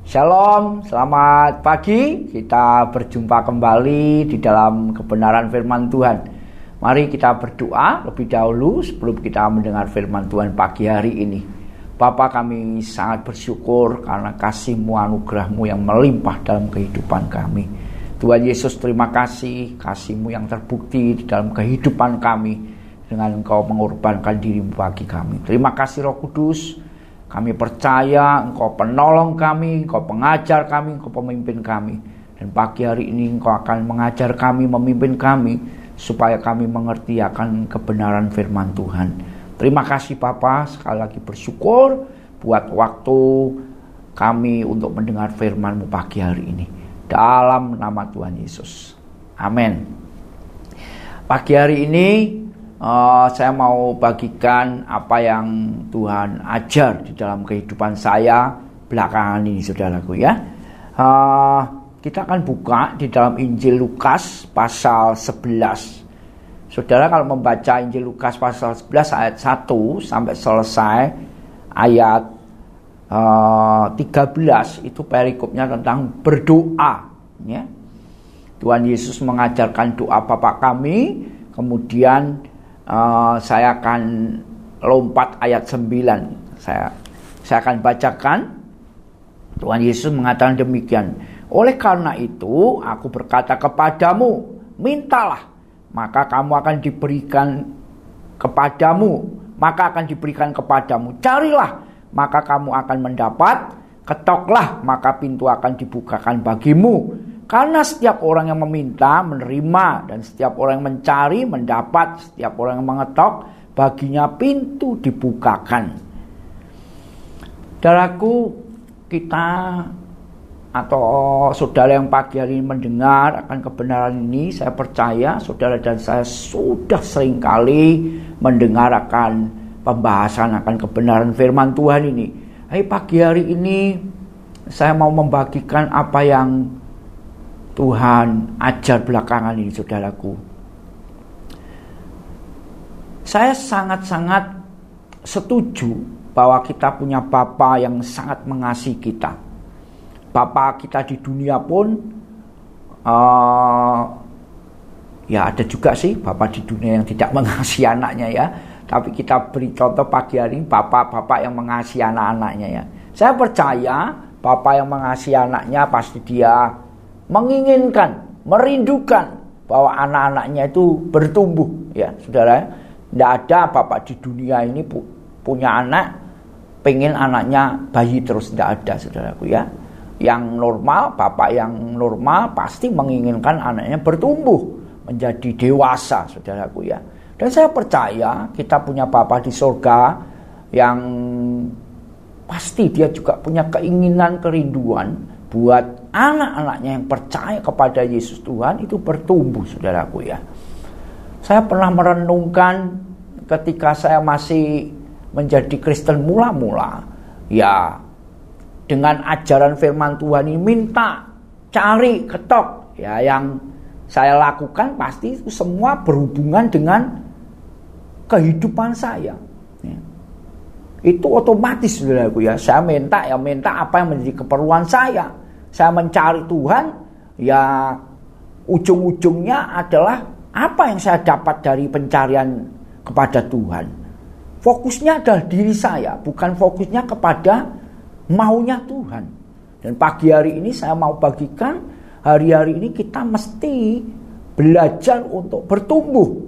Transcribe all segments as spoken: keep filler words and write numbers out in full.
Shalom, selamat pagi. Kita berjumpa kembali di dalam kebenaran firman Tuhan. Mari kita berdoa lebih dahulu sebelum kita mendengar firman Tuhan pagi hari ini. Bapa, kami sangat bersyukur karena kasih-Mu, anugerah-Mu yang melimpah dalam kehidupan kami. Tuhan Yesus, terima kasih kasih-Mu yang terbukti di dalam kehidupan kami dengan Engkau mengorbankan diri-Mu bagi kami. Terima kasih Roh Kudus. Kami percaya Engkau penolong kami, Engkau pengajar kami, Engkau pemimpin kami. Dan pagi hari ini Engkau akan mengajar kami, memimpin kami, supaya kami mengerti akan kebenaran firman Tuhan. Terima kasih Bapa, sekali lagi bersyukur buat waktu kami untuk mendengar firman-Mu pagi hari ini. Dalam nama Tuhan Yesus. Amin. Pagi hari ini Uh, saya mau bagikan apa yang Tuhan ajar di dalam kehidupan saya belakangan ini, saudaraku ya. Uh, kita akan buka di dalam Injil Lukas pasal sebelas. Saudara kalau membaca Injil Lukas pasal sebelas ayat satu sampai selesai ayat uh, tiga belas, itu perikopnya tentang berdoa ya. Tuhan Yesus mengajarkan doa Bapa kami, kemudian Uh, saya akan lompat ayat sembilan. Saya saya akan bacakan. Tuhan Yesus mengatakan demikian. Oleh karena itu, aku berkata kepadamu, mintalah, maka kamu akan diberikan kepadamu, maka akan diberikan kepadamu. Carilah, maka kamu akan mendapat. Ketoklah, maka pintu akan dibukakan bagimu. Karena setiap orang yang meminta menerima, dan setiap orang yang mencari mendapat, setiap orang yang mengetok baginya pintu dibukakan. Saudaraku, kita atau saudara yang pagi hari ini mendengar akan kebenaran ini, saya percaya saudara dan saya sudah seringkali mendengar akan pembahasan akan kebenaran firman Tuhan ini. Hai, pagi hari ini saya mau membagikan apa yang Tuhan ajar belakangan ini, saudaraku. Saya sangat-sangat setuju bahwa kita punya Bapa yang sangat mengasihi kita. Bapa kita di dunia pun uh, ya ada juga sih Bapa di dunia yang tidak mengasihi anaknya ya. Tapi kita beri contoh pagi hari ini Bapa-Bapa yang mengasihi anak-anaknya ya. Saya percaya Bapa yang mengasihi anaknya pasti dia menginginkan, merindukan bahwa anak-anaknya itu bertumbuh ya, saudara. Tidak ada bapak di dunia ini pu- punya anak pengen anaknya bayi terus, tidak ada, saudaraku ya. Yang normal, bapak yang normal pasti menginginkan anaknya bertumbuh menjadi dewasa, saudaraku ya. Dan saya percaya kita punya Bapa di surga yang pasti dia juga punya keinginan, kerinduan buat anak-anaknya yang percaya kepada Yesus Tuhan itu bertumbuh, saudaraku ya. Saya pernah merenungkan ketika saya masih menjadi Kristen mula-mula, ya dengan ajaran firman Tuhan ini minta, cari, ketok, ya yang saya lakukan pasti itu semua berhubungan dengan kehidupan saya. Ya. Itu otomatis, saudaraku ya. Saya minta ya minta apa yang menjadi keperluan saya. Saya mencari Tuhan, ya ujung-ujungnya adalah apa yang saya dapat dari pencarian kepada Tuhan. Fokusnya adalah diri saya, bukan fokusnya kepada maunya Tuhan. Dan pagi hari ini saya mau bagikan, hari-hari ini kita mesti belajar untuk bertumbuh.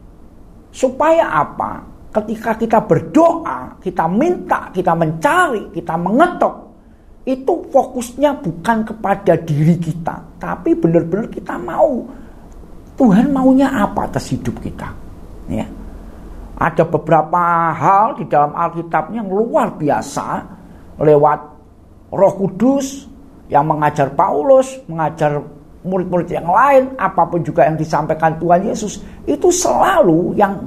Supaya apa? Ketika kita berdoa, kita minta, kita mencari, kita mengetok, itu fokusnya bukan kepada diri kita, tapi benar-benar kita mau Tuhan maunya apa atas hidup kita. Ya. Ada beberapa hal di dalam Alkitab yang luar biasa lewat Roh Kudus yang mengajar Paulus, mengajar murid-murid yang lain, apapun juga yang disampaikan Tuhan Yesus, itu selalu yang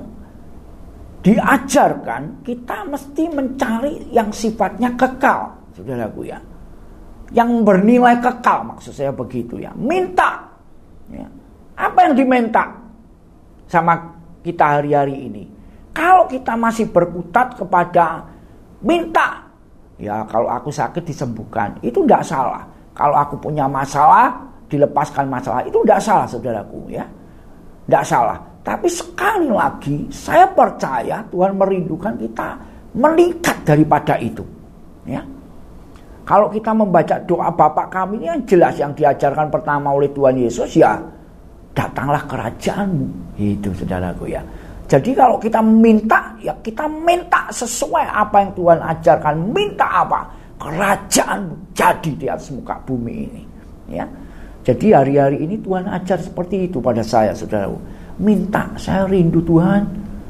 diajarkan kita mesti mencari yang sifatnya kekal, saudaraku ya. Yang bernilai kekal, maksud saya begitu ya. Minta ya. Apa yang diminta sama kita hari-hari ini? Kalau kita masih berkutat kepada minta Ya kalau aku sakit disembuhkan, itu tidak salah. Kalau aku punya masalah, dilepaskan masalah, itu tidak salah saudaraku ya. Tidak salah. Tapi sekali lagi saya percaya Tuhan merindukan kita meningkat daripada itu. Ya. Kalau kita membaca doa Bapa kami ini yang jelas yang diajarkan pertama oleh Tuhan Yesus ya, datanglah kerajaanmu. Itu saudaraku ya. Jadi kalau kita minta, ya kita minta sesuai apa yang Tuhan ajarkan. Minta apa? Kerajaanmu jadi di atas muka bumi ini. Ya. Jadi hari-hari ini Tuhan ajar seperti itu pada saya saudaraku. Minta, saya rindu Tuhan.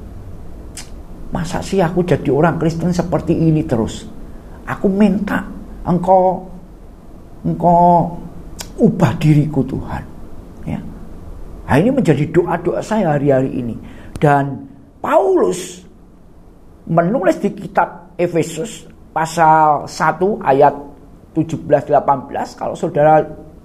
Masa sih aku jadi orang Kristen seperti ini terus? Aku minta Engkau Engkau ubah diriku Tuhan ya. Nah, ini menjadi doa-doa saya hari-hari ini. Dan Paulus menulis di kitab Efesus pasal satu ayat tujuh belas delapan belas. Kalau saudara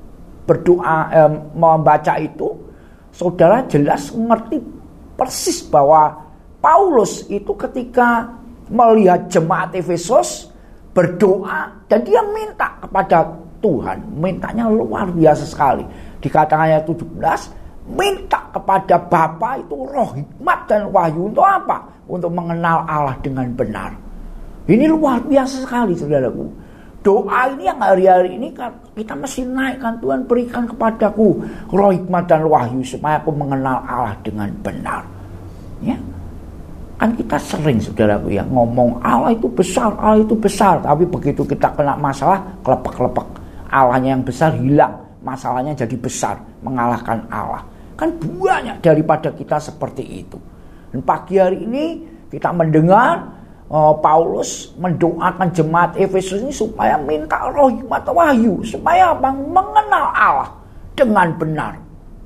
berdoa eh, membaca itu, saudara jelas mengerti persis bahwa Paulus itu ketika melihat jemaat Efesus berdoa dan dia minta kepada Tuhan, mintanya luar biasa sekali. Dikatakan ayat tujuh belas, minta kepada Bapa itu roh hikmat dan wahyu untuk apa? Untuk mengenal Allah dengan benar. Ini luar biasa sekali saudaraku. Doa ini yang hari-hari ini kita mesti naikkan, Tuhan berikan kepadaku roh hikmat dan wahyu supaya aku mengenal Allah dengan benar. Ya. Kan kita sering saudaraku ya ngomong Allah itu besar, Allah itu besar. Tapi begitu kita kena masalah, kelepek-kelepek. Allahnya yang besar hilang, masalahnya jadi besar, mengalahkan Allah. Kan banyak daripada kita seperti itu. Dan pagi hari ini kita mendengar uh, Paulus mendoakan jemaat Efesus ini supaya minta roh hikmat wahyu. Supaya apa? Mengenal Allah dengan benar.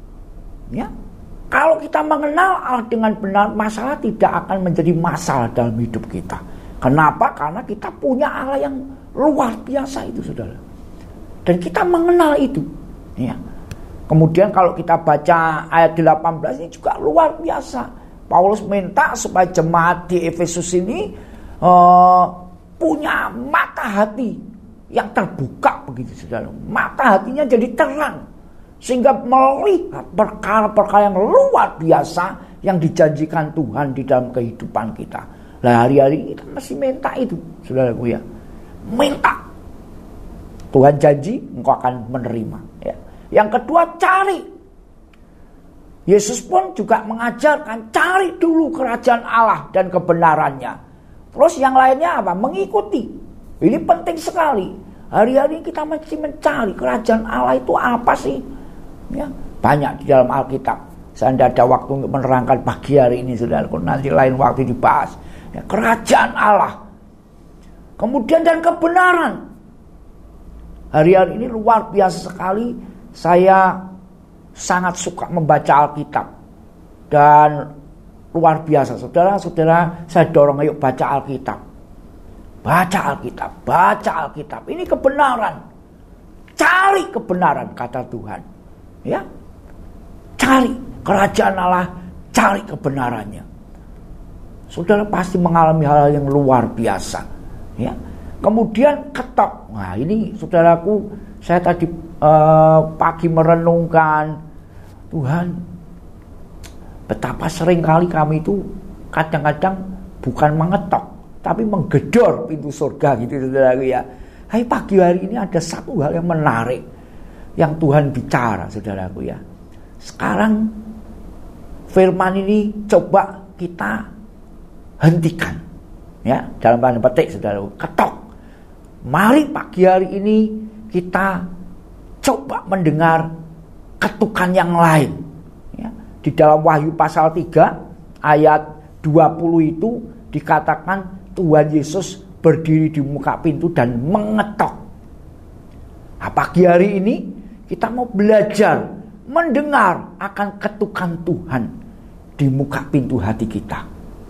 Ya. Kalau kita mengenal Allah dengan benar, masalah tidak akan menjadi masalah dalam hidup kita. Kenapa? Karena kita punya Allah yang luar biasa itu saudara. Dan kita mengenal itu. Ya. Kemudian kalau kita baca ayat delapan belas ini juga luar biasa. Paulus minta supaya jemaat di Efesus ini uh, punya mata hati yang terbuka begitu saudara. Mata hatinya jadi terang. Sehingga melihat perkara-perkara yang luar biasa yang dijanjikan Tuhan di dalam kehidupan kita. Nah hari-hari ini kita masih minta itu saudaraku ya. Minta. Tuhan janji engkau akan menerima ya. Yang kedua cari. Yesus pun juga mengajarkan cari dulu kerajaan Allah dan kebenarannya. Terus yang lainnya apa? Mengikuti. Ini penting sekali. Hari-hari kita mesti mencari kerajaan Allah itu apa sih? Ya, banyak di dalam Alkitab. Saya tidak ada waktu untuk menerangkan pagi hari ini saudaraku. Nanti lain waktu dibahas. Ya, kerajaan Allah. Kemudian dan kebenaran. Hari-hari ini luar biasa sekali. Saya sangat suka membaca Alkitab. Dan luar biasa saudara-saudara, saya dorong ayo baca Alkitab. Baca Alkitab, baca Alkitab. Ini kebenaran. Cari kebenaran kata Tuhan. Ya, cari kerajaan Allah, cari kebenarannya. Saudara pasti mengalami hal yang luar biasa. Ya, kemudian ketok. Nah ini saudaraku, saya tadi uh, pagi merenungkan Tuhan, betapa sering kali kami itu kadang-kadang bukan mengetok, tapi menggedor pintu surga gitu saudaraku ya. Hai pagi hari ini ada satu hal yang menarik yang Tuhan bicara saudaraku ya. Sekarang firman ini coba kita hentikan ya, dalam tanda petik saudaraku, ketok. Mari pagi hari ini kita coba mendengar ketukan yang lain ya. Di dalam Wahyu pasal tiga ayat dua puluh itu dikatakan Tuhan Yesus berdiri di muka pintu dan mengetok. Nah, pagi hari ini kita mau belajar mendengar akan ketukan Tuhan di muka pintu hati kita.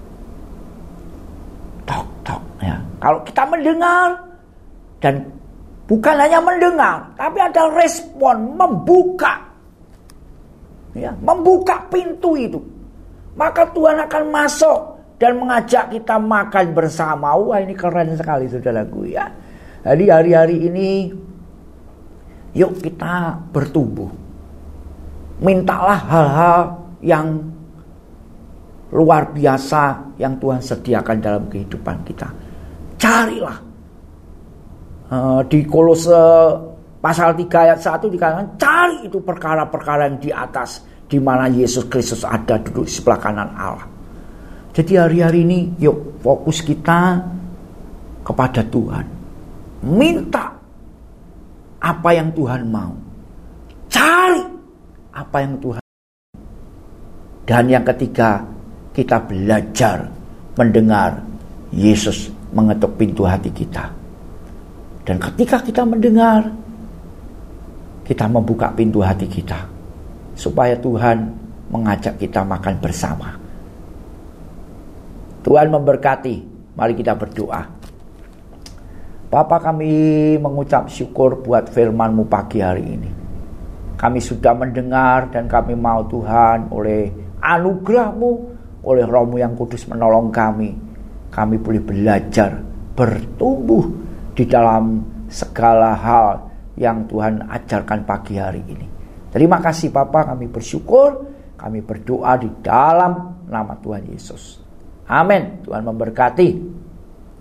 Tok tok ya. Kalau kita mendengar dan bukan hanya mendengar, tapi ada respon, membuka. Ya, membuka pintu itu. Maka Tuhan akan masuk dan mengajak kita makan bersama. Wah, ini keren sekali saudaraku ya. Jadi hari-hari ini yuk kita bertumbuh. Mintalah hal-hal yang luar biasa yang Tuhan sediakan dalam kehidupan kita. Carilah. Uh, di Kolose pasal tiga ayat satu dikatakan, cari itu perkara-perkara yang di atas, di mana Yesus Kristus ada duduk di sebelah kanan Allah. Jadi hari-hari ini yuk fokus kita kepada Tuhan. Minta apa yang Tuhan mau. Cari apa yang Tuhan mau. Dan yang ketiga, kita belajar mendengar Yesus mengetuk pintu hati kita. Dan ketika kita mendengar, kita membuka pintu hati kita supaya Tuhan mengajak kita makan bersama. Tuhan memberkati. Mari kita berdoa. Bapa, kami mengucap syukur buat firman-Mu pagi hari ini. Kami sudah mendengar dan kami mau Tuhan oleh anugerah-Mu, oleh Roh-Mu yang kudus menolong kami. Kami boleh belajar, bertumbuh di dalam segala hal yang Tuhan ajarkan pagi hari ini. Terima kasih Bapa, kami bersyukur, kami berdoa di dalam nama Tuhan Yesus. Amin. Tuhan memberkati.